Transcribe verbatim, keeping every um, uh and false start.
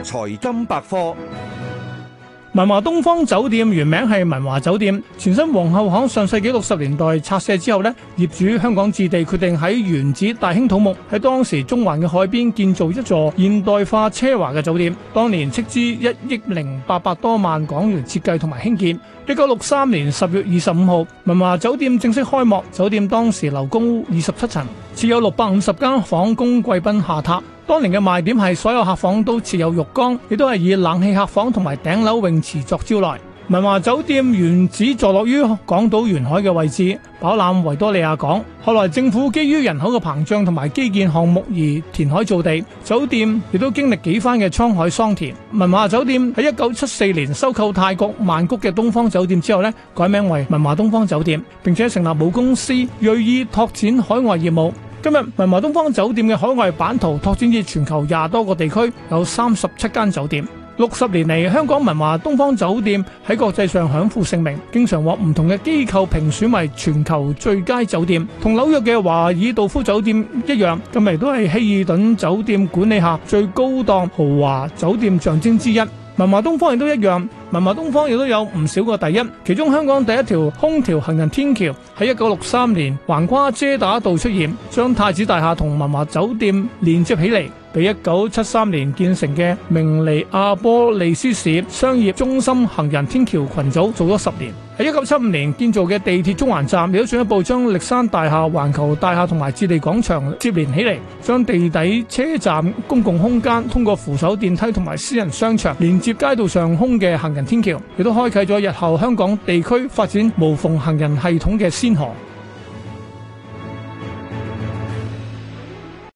財金百科。 文華東方酒店原名係文華酒店，前身皇后巷上世紀六十年代拆卸之後呢，業主香港置地決定喺原址大興土木，喺當時中環嘅海邊建造一座現代化奢華嘅酒店。當年斥資一億零八百多萬港元設計同埋興建。一九六三年十月二十五號，文華酒店正式開幕。酒店當時樓高二十七層，設有六百五十間房供貴賓下榻。當年嘅賣點係所有客房都設有浴缸，亦都係以冷氣客房同埋頂樓泳池作招來。文華酒店原址坐落於港島沿海嘅位置，飽覽維多利亞港。後來政府基於人口嘅膨脹同埋基建項目而填海造地，酒店亦都經歷幾番嘅滄海桑田。文華酒店喺一九七四年收購泰國曼谷嘅東方酒店之後呢，改名為文華東方酒店，並且成立母公司，銳意拓展海外業務。今日文華東方酒店嘅海外版圖拓展至全球廿多個地區，有三十七間酒店。六十年嚟，香港文華東方酒店喺國際上享負盛名，經常獲唔同嘅機構評選為全球最佳酒店。同紐約嘅華爾道夫酒店一樣，今日都係希爾頓酒店管理下最高檔豪華酒店象徵之一。文華東方亦都一樣，文華東方亦都有唔少個第一，其中香港第一條空調行人天橋喺一九六三年橫跨遮打道出現，將太子大廈同文華酒店連接起嚟，比一九七三年建成嘅明尼阿波利斯市商業中心行人天橋群組做咗十年。喺一九七五年建造嘅地鐵中環站亦都進一步將歷山大廈、環球大廈同埋置地廣場接連起嚟，將地底車站公共空間通過扶手電梯同埋私人商場連接街道上空嘅行人天橋，亦都開啟咗日後香港地區發展無縫行人系統嘅先河。